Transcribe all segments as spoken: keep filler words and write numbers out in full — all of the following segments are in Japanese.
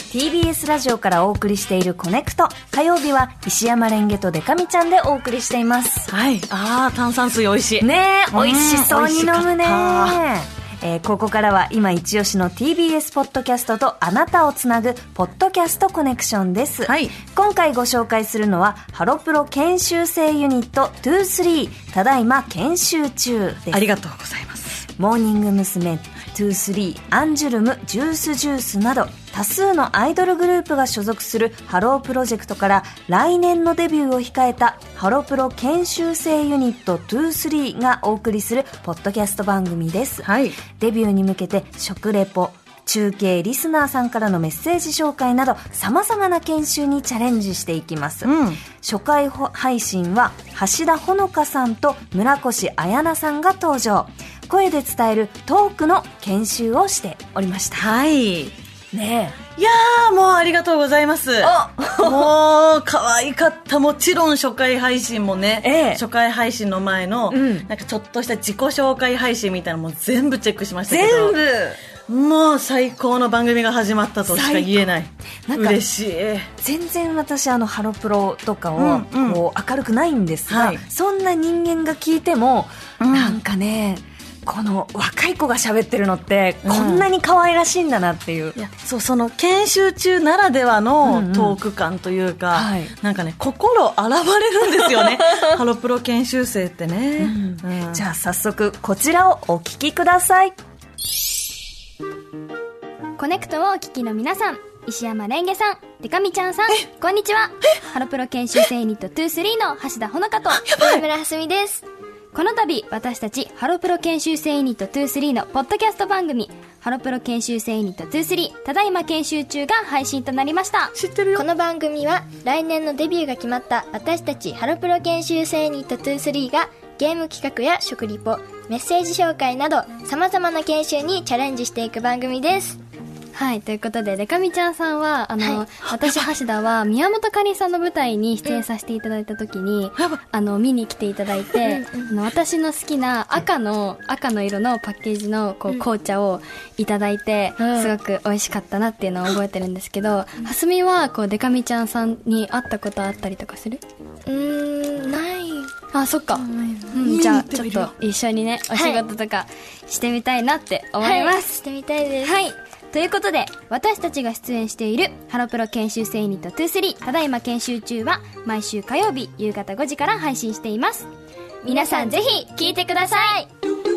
ティービーエス ラジオからお送りしているコネクト。火曜日は石山レンゲとデカミちゃんでお送りしています。 はい。あー、炭酸水美味しい。 ねえ、美味しそうに飲むね。えー、ここからは今一押しの ティービーエス ポッドキャストとあなたをつなぐポッドキャストコネクションです、はい、今回ご紹介するのはハロプロ研修生ユニットにじゅうさん、ただいま研修中です。 ありがとうございます。 モーニング娘。にじゅうさん、アンジュルム、ジュースジュースなど多数のアイドルグループが所属するハロープロジェクトから来年のデビューを控えたハロプロ研修生ユニットにじゅうさんがお送りするポッドキャスト番組です、はい、デビューに向けて食レポ、中継、リスナーさんからのメッセージ紹介など様々な研修にチャレンジしていきます、うん、初回配信は橋田ほのかさんと村越彩菜さんが登場。声で伝えるトークの研修をしておりました。 はい。 ねえ。いやー、もうありがとうございます。もう可愛かった。もちろん初回配信もね、ええ、初回配信の前の、うん、なんかちょっとした自己紹介配信みたいなのも全部チェックしましたけど、 全部もう最高の番組が始まったとしか言えない。なんか嬉しい。 全然私あのハロプロとかを、うんうん、こう明るくないんですが、はい、そんな人間が聞いても、うん、なんかね、この若い子が喋ってるのってこんなに可愛らしいんだなっていう、うん、いや、そう、その研修中ならではのトーク感というか、うんうん、なんかね、心洗われるんですよねハロプロ研修生ってね、うんうん、じゃあ早速こちらをお聞きください。 コネクトをお聞きの皆さん、石山レンゲさん、デカミちゃんさん、こんにちは。ハロプロ研修生ユニットにじゅうさんの橋田ほのかと上村はすみです。この度私たちハロプロ研修生ユニットにじゅうさんのポッドキャスト番組ハロプロ研修生ユニットにじゅうさん、ただいま研修中が配信となりました。 知ってるよ。 この番組は来年のデビューが決まった私たちハロプロ研修生ユニットにじゅうさんがゲーム企画や食リポ、メッセージ紹介など様々な研修にチャレンジしていく番組です。 はい、ということでデカミちゃんさんはあの、はい、私橋田は宮本かりんさんの舞台に出演させていただいた時に、うん、あの見に来ていただいてあの私の好きな赤の赤の色のパッケージのこう紅茶をいただいて、うん、すごく美味しかったなっていうのを覚えてるんですけど、はすみはこうデカミちゃんさんに会ったことあったりとかする？ うーん、ない。 あ、そっか、うん、じゃあちょっと一緒にねお仕事とかしてみたいなって思います、はい、 してみたいです。 はい、ということで私たちが出演しているハロプロ研修生ユニットにじゅうさん、ただいま研修中は毎週火曜日夕方ごじから配信しています。皆さんぜひ聞いてください。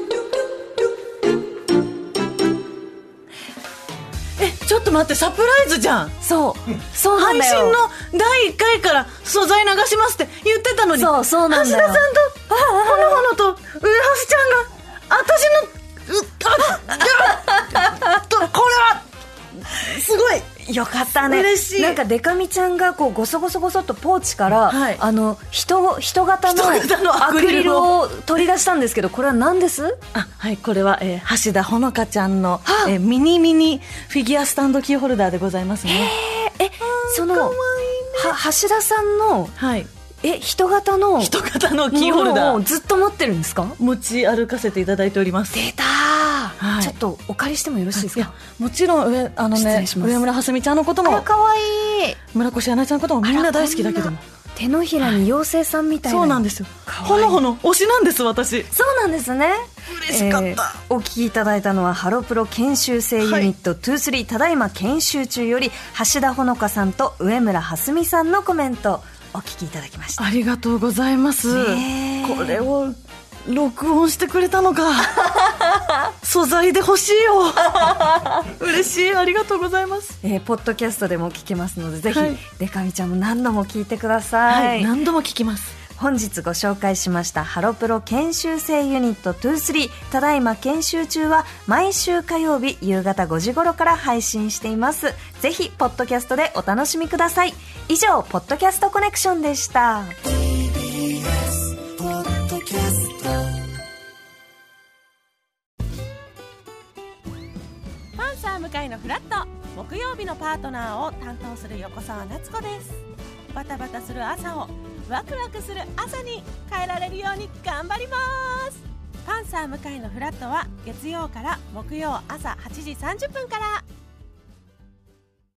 え、ちょっと待って、サプライズじゃん。 そうそうなんだよ。 配信のだいいっかいから素材流しますって言ってたのに、 そうそうなんだよ。 橋田さんとほのほのと上橋ちゃんが私のうあっとこれはすごいよかったね。 嬉しい。 なんかデカミちゃんがこうゴソゴソゴソっとポーチから、はい、あの 人, 人型のアクリルを取り出したんですけど、これは何です？ あ、はい、これは、えー、橋田ほのかちゃんの、えー、ミニミニフィギュアスタンドキーホルダーでございますね。 へー、え、その、ね、は橋田さんの、はい、え、人型の人型のキーホルダーをずっと持ってるんですか？ 持ち歩かせていただいております。 出たー、はい、ちょっとお借りしてもよろしいですか？ もちろん上、あのね、上村はすみちゃんのことも、 あ、かわいい。 村越彩菜ちゃんのこともみんな大好きだけども、 手のひらに妖精さんみたいな、 はい、そうなんですよ。ほのほの推しなんです私。 そうなんですね。 嬉しかった、えー、 お聞きいただいたのはハロプロ研修生ユニットにじゅうさん、ただいま研修中より橋田ほのかさんと上村はすみさんのコメントお聞きいただきました。 ありがとうございます、ね、これを録音してくれたのか素材で欲しいよ嬉しい、ありがとうございます、 えー、ポッドキャストでも聞けますのでぜひ、はい、デカミちゃんも何度も聞いてください、はい、 何度も聞きます。 本日ご紹介しましたハロプロ研修生ユニットにじゅうさん、ただいま研修中は毎週火曜日夕方ごじ頃から配信しています。ぜひポッドキャストでお楽しみください。以上、ポッドキャストコネクションでした。 ティービーエス ポッドキャスト、 パンサー向井のフラット、木曜日のパートナーを担当する横澤夏子です。バタバタする朝をワクワクする朝に変えられるように頑張ります。パンサー向井のフラットは月曜から木曜朝はちじさんじゅっぷんから。